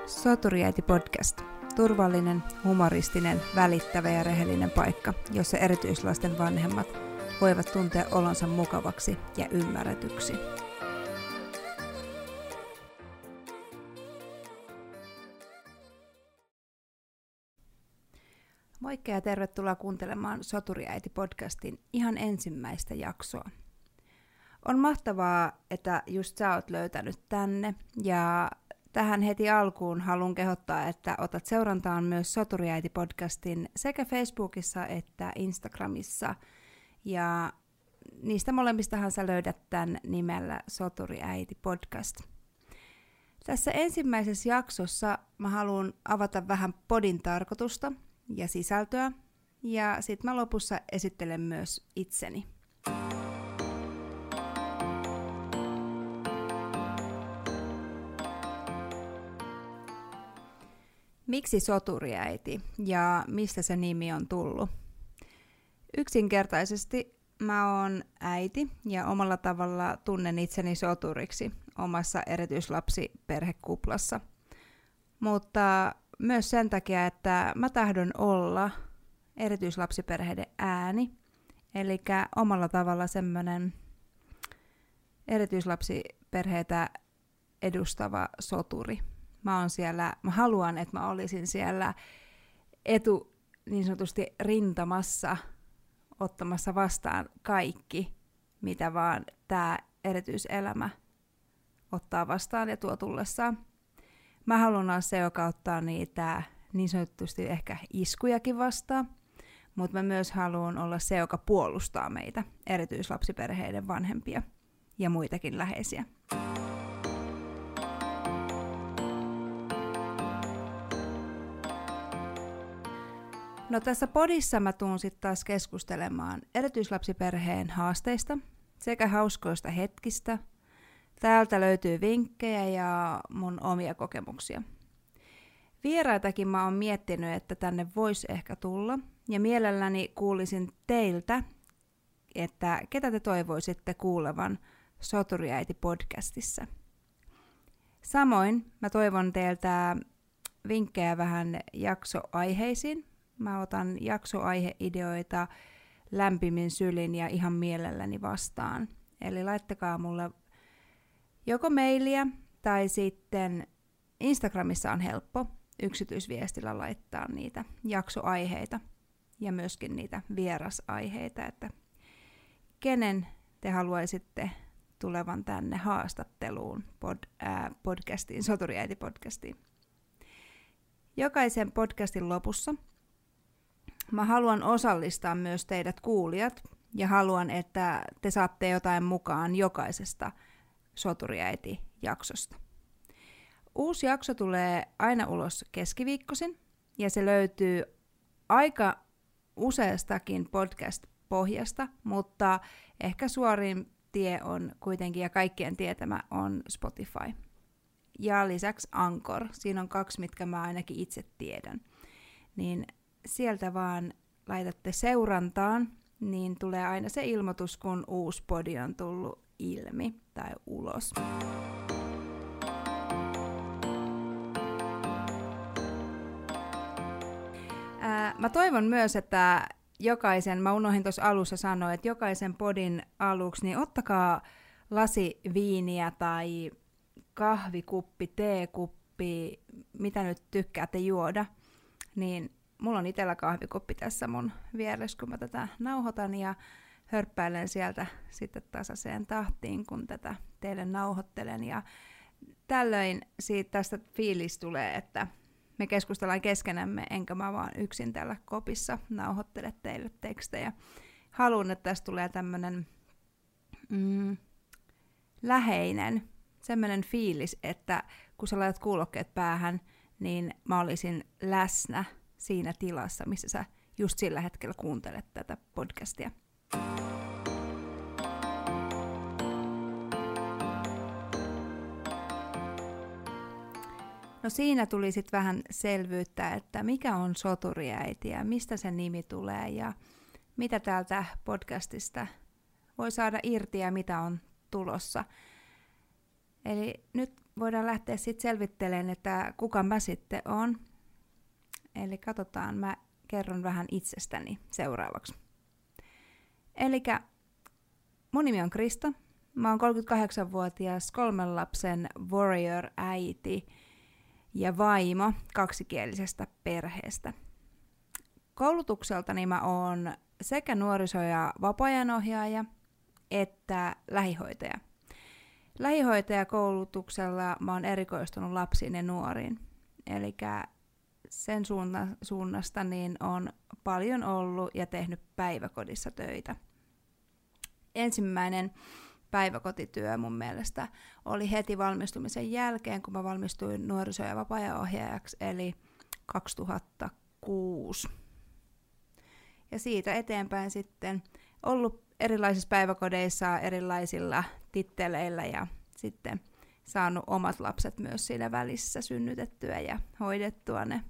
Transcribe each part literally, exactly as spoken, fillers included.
Soturiäiti podcast. Turvallinen, humoristinen, välittävä ja rehellinen paikka, jossa erityislasten vanhemmat voivat tuntea olonsa mukavaksi ja ymmärretyksi. Moikka ja tervetuloa kuuntelemaan Soturiäiti podcastin ihan ensimmäistä jaksoa. On mahtavaa, että just sä oot löytänyt tänne ja tähän heti alkuun haluan kehottaa, että otat seurantaan myös Soturiäiti-podcastin sekä Facebookissa että Instagramissa. Ja niistä molemmistahan sä löydät tämän nimellä Soturiäiti-podcast. Tässä ensimmäisessä jaksossa mä haluan avata vähän podin tarkoitusta ja sisältöä. Ja sit mä lopussa esittelen myös itseni. Miksi Soturiäiti ja mistä se nimi on tullut? Yksinkertaisesti mä oon äiti ja omalla tavalla tunnen itseni soturiksi omassa erityislapsiperhekuplassa. Mutta myös sen takia, että mä tahdon olla erityislapsiperheiden ääni, eli omalla tavalla semmoinen erityislapsiperheitä edustava soturi. Mä oon siellä, mä haluan, että mä olisin siellä etu niin sanotusti rintamassa ottamassa vastaan kaikki, mitä vaan tää erityiselämä ottaa vastaan ja tuo tullessaan. Mä haluan olla se, joka ottaa niitä niin sanotusti ehkä iskujakin vastaan, mutta mä myös haluan olla se, joka puolustaa meitä, erityislapsiperheiden vanhempia ja muitakin läheisiä. No tässä podissa mä tuun sitten taas keskustelemaan erityislapsiperheen haasteista sekä hauskoista hetkistä. Täältä löytyy vinkkejä ja mun omia kokemuksia. Vieraitakin mä oon miettinyt, että tänne voisi ehkä tulla. Ja mielelläni kuulisin teiltä, että ketä te toivoisitte kuulevan Soturiäiti-podcastissa. Samoin mä toivon teiltä vinkkejä vähän jaksoaiheisiin. Mä otan jaksoaiheideoita lämpimin sylin ja ihan mielelläni vastaan. Eli laittakaa mulle joko mailia tai sitten Instagramissa on helppo yksityisviestillä laittaa niitä jaksoaiheita ja myöskin niitä vierasaiheita, että kenen te haluaisitte tulevan tänne haastatteluun pod, ää, podcastiin, Soturiäiti-podcastiin. Jokaisen podcastin lopussa mä haluan osallistaa myös teidät kuulijat ja haluan, että te saatte jotain mukaan jokaisesta Soturiäiti-jaksosta. Uusi jakso tulee aina ulos keskiviikkoisin ja se löytyy aika useastakin podcast-pohjasta, mutta ehkä suorin tie on kuitenkin ja kaikkien tietämä on Spotify. Ja lisäksi Anchor. Siinä on kaksi, mitkä mä ainakin itse tiedän. Niin sieltä vaan laitatte seurantaan, niin tulee aina se ilmoitus, kun uusi podi on tullut ilmi tai ulos. Ää, mä toivon myös, että jokaisen, mä unohdin tuossa alussa sanoa, että jokaisen podin aluksi, niin ottakaa lasi viiniä tai kahvikuppi, teekuppi, mitä nyt tykkäätte juoda, niin mulla on itsellä kahvikoppi tässä mun vieressä, kun mä tätä nauhoitan ja hörppäilen sieltä sitten tasaiseen tahtiin, kun tätä teille nauhoittelen. Ja tällöin siitä tästä fiilis tulee, että me keskustellaan keskenämme, enkä mä vaan yksin täällä kopissa nauhoittele teille tekstejä. Haluan, että tästä tulee tämmönen mm, läheinen, semmoinen fiilis, että kun sä laitat kuulokkeet päähän, niin mä olisin läsnä siinä tilassa, missä sä just sillä hetkellä kuuntelet tätä podcastia. No siinä tuli sitten vähän selvyyttä, että mikä on Soturiäiti ja mistä se nimi tulee ja mitä täältä podcastista voi saada irti ja mitä on tulossa. Eli nyt voidaan lähteä sitten selvittelemään, että kuka mä sitten oon. Eli katsotaan, mä kerron vähän itsestäni seuraavaksi. Eli mun nimi on Krista. Mä oon kolmekymmentäkahdeksanvuotias kolmen lapsen warrior-äiti ja vaimo kaksikielisestä perheestä. Koulutukseltani mä oon sekä nuoriso- ja vapaa-ajanohjaaja että lähihoitaja. Lähihoitajakoulutuksella mä oon erikoistunut lapsiin ja nuoriin. Eli sen suunna, suunnasta niin on paljon ollut ja tehnyt päiväkodissa töitä. Ensimmäinen päiväkotityö mun mielestä oli heti valmistumisen jälkeen, kun mä valmistuin nuoriso- ja vapaa-ajanohjaajaksi, eli kaksituhattakuusi. Ja siitä eteenpäin sitten ollut erilaisissa päiväkodeissa erilaisilla titteleillä ja sitten saanut omat lapset myös siinä välissä synnytettyä ja hoidettua ne.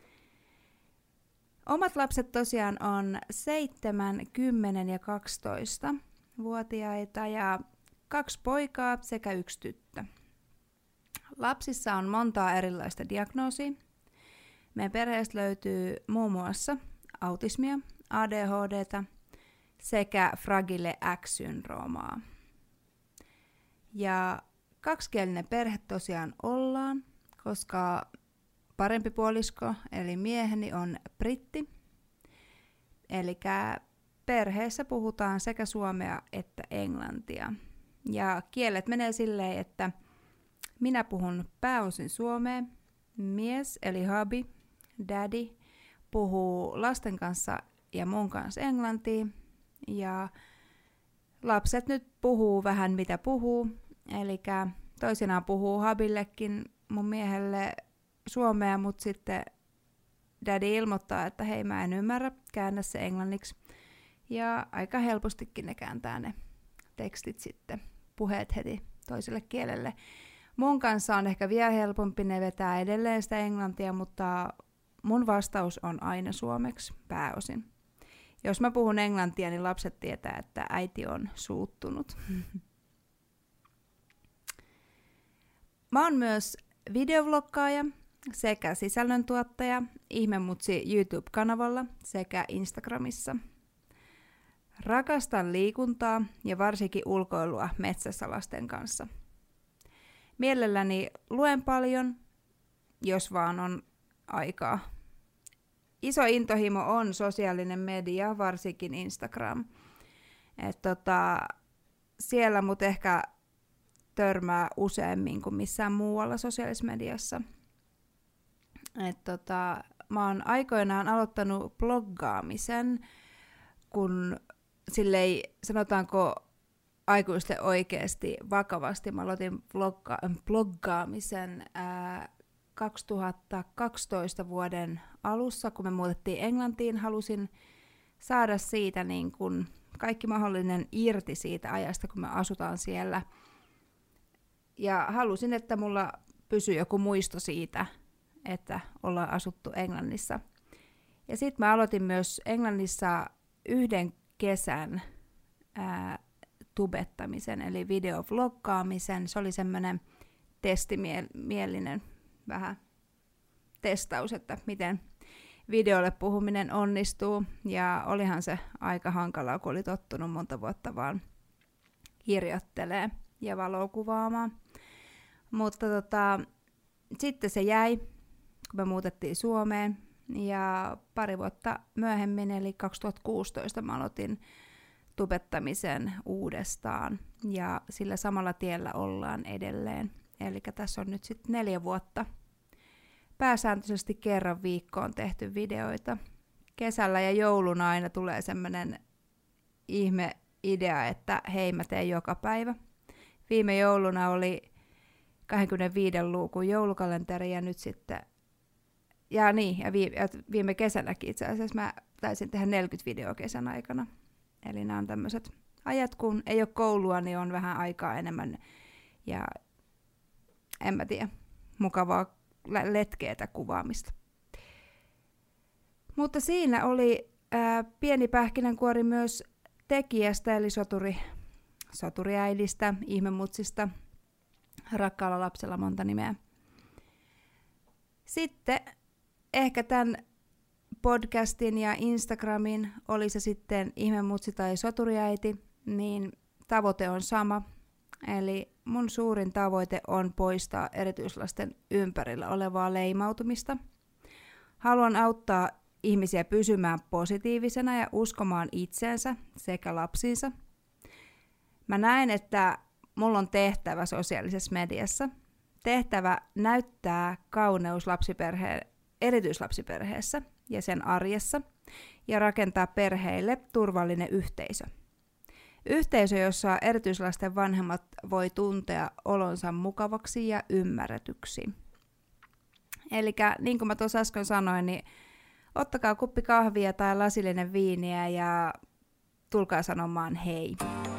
Omat lapset tosiaan on seitsemän, kymmenen ja kaksitoista vuotiaita ja kaksi poikaa sekä yksi tyttö. Lapsissa on montaa erilaista diagnoosia. Meidän perheestä löytyy muun muassa autismia, A D H D:tä sekä Fragile X-syndroomaa. Ja kaksikielinen perhe tosiaan ollaan, koska parempi puolisko, eli mieheni, on britti. Eli perheessä puhutaan sekä suomea että englantia. Ja kielet menee silleen, että minä puhun pääosin suomea, mies eli hubby, daddy, puhuu lasten kanssa ja mun kanssa englantia. Ja lapset nyt puhuu vähän mitä puhuu, eli toisinaan puhuu hubillekin mun miehelle suomea, mutta sitten daddy ilmoittaa, että hei mä en ymmärrä, käännä se englanniksi. Ja aika helpostikin ne kääntää ne tekstit sitten, puheet heti toiselle kielelle. Mun kanssa on ehkä vielä helpompi, ne vetää edelleen sitä englantia, mutta mun vastaus on aina suomeksi pääosin. Jos mä puhun englantia, niin lapset tietää, että äiti on suuttunut. Mä oon myös videovloggaaja sekä sisällöntuottaja Ihmemutsi YouTube-kanavalla sekä Instagramissa. Rakastan liikuntaa ja varsinkin ulkoilua metsässä lasten kanssa. Mielelläni luen paljon, jos vaan on aikaa. Iso intohimo on sosiaalinen media, varsinkin Instagram. Et tota, siellä mut ehkä törmää useammin kuin missään muualla sosiaalisessa mediassa. Et tota, mä oon aikoinaan aloittanut bloggaamisen, kun sillei, sanotaanko aikuisten oikeasti vakavasti. Mä aloitin blogga- bloggaamisen ää, kaksituhattakaksitoista vuoden alussa, kun me muutettiin Englantiin. Halusin saada siitä niin kun kaikki mahdollinen irti siitä ajasta, kun me asutaan siellä. Ja halusin, että mulla pysyy joku muisto siitä, että ollaan asuttu Englannissa. Ja sitten mä aloitin myös Englannissa yhden kesän ää, tubettamisen, eli videovloggaamisen. Se oli semmoinen testimielinen vähän testaus, että miten videolle puhuminen onnistuu. Ja olihan se aika hankalaa, kun oli tottunut monta vuotta vaan kirjoittelee ja valokuvaamaan. Mutta tota, sitten se jäi, kun me muutettiin Suomeen. Ja pari vuotta myöhemmin, eli kaksituhattakuusitoista, mä aloitin tubettamisen uudestaan. Ja sillä samalla tiellä ollaan edelleen. Eli tässä on nyt sitten neljä vuotta. Pääsääntöisesti kerran viikkoon tehty videoita. Kesällä ja jouluna aina tulee semmoinen ihme idea, että hei, mä teen joka päivä. Viime jouluna oli kaksikymmentäviisi luukun joulukalenteri ja nyt sitten, ja niin, ja viime, ja viime kesänäkin itse asiassa mä taisin tehdä neljäkymmentä videoa kesän aikana. Eli nämä on tämmöiset ajat, kun ei ole koulua, niin on vähän aikaa enemmän ja en mä tiedä, mukavaa letkeetä kuvaamista. Mutta siinä oli ää, pieni pähkinänkuori myös tekijästä, eli soturi, soturiäidistä, Ihmemutsista. Rakkaalla lapsella monta nimeä. Sitten ehkä tämän podcastin ja Instagramin, oli se sitten ihmemutsi tai soturiäiti, niin tavoite on sama. Eli mun suurin tavoite on poistaa erityislasten ympärillä olevaa leimautumista. Haluan auttaa ihmisiä pysymään positiivisena ja uskomaan itseensä sekä lapsiinsa. Mä näen, että mulla on tehtävä sosiaalisessa mediassa. Tehtävä näyttää kauneus lapsiperheen, erityislapsiperheessä ja sen arjessa ja rakentaa perheille turvallinen yhteisö. Yhteisö, jossa erityislasten vanhemmat voi tuntea olonsa mukavaksi ja ymmärretyksi. Eli niin kuin mä tuossa äsken sanoin, niin ottakaa kuppi kahvia tai lasillinen viiniä ja tulkaa sanomaan hei.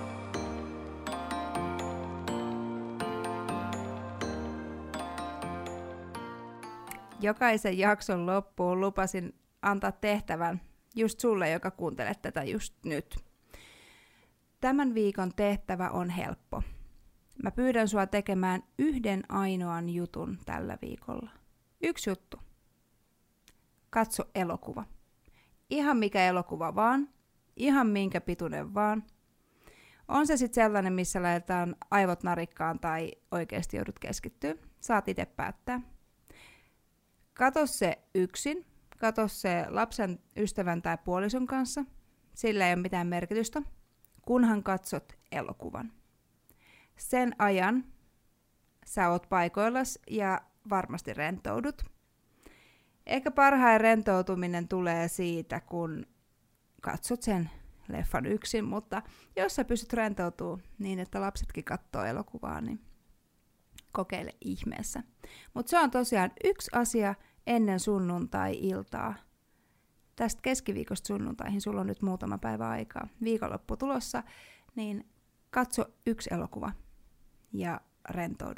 Jokaisen jakson loppuun lupasin antaa tehtävän just sulle, joka kuuntelet tätä just nyt. Tämän viikon tehtävä on helppo. Mä pyydän sua tekemään yhden ainoan jutun tällä viikolla. Yksi juttu. Katso elokuva. Ihan mikä elokuva vaan. Ihan minkä pituinen vaan. On se sitten sellainen, missä laitetaan aivot narikkaan tai oikeasti joudut keskittyä. Saat itse päättää. Kato se yksin. Kato se lapsen, ystävän tai puolison kanssa. Sillä ei ole mitään merkitystä, kunhan katsot elokuvan. Sen ajan sä oot paikoillas ja varmasti rentoudut. Ehkä parhain rentoutuminen tulee siitä, kun katsot sen leffan yksin, mutta jos sä pystyt rentoutumaan niin, että lapsetkin katsoo elokuvaa, niin kokeile ihmeessä. Mutta se on tosiaan yksi asia ennen sunnuntai-iltaa. Tästä keskiviikosta sunnuntaihin sulla on nyt muutama päivä aikaa. Viikonloppu tulossa, niin katso yksi elokuva ja rentoudu.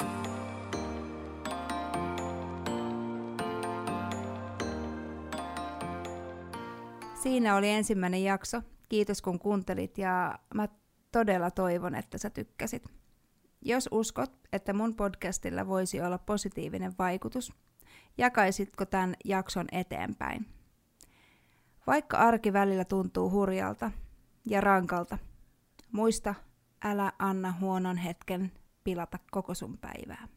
Siinä oli ensimmäinen jakso. Kiitos kun kuuntelit ja mä todella toivon, että sä tykkäsit. Jos uskot, että mun podcastilla voisi olla positiivinen vaikutus, jakaisitko tämän jakson eteenpäin? Vaikka arki välillä tuntuu hurjalta ja rankalta, muista, älä anna huonon hetken pilata koko sun päivää.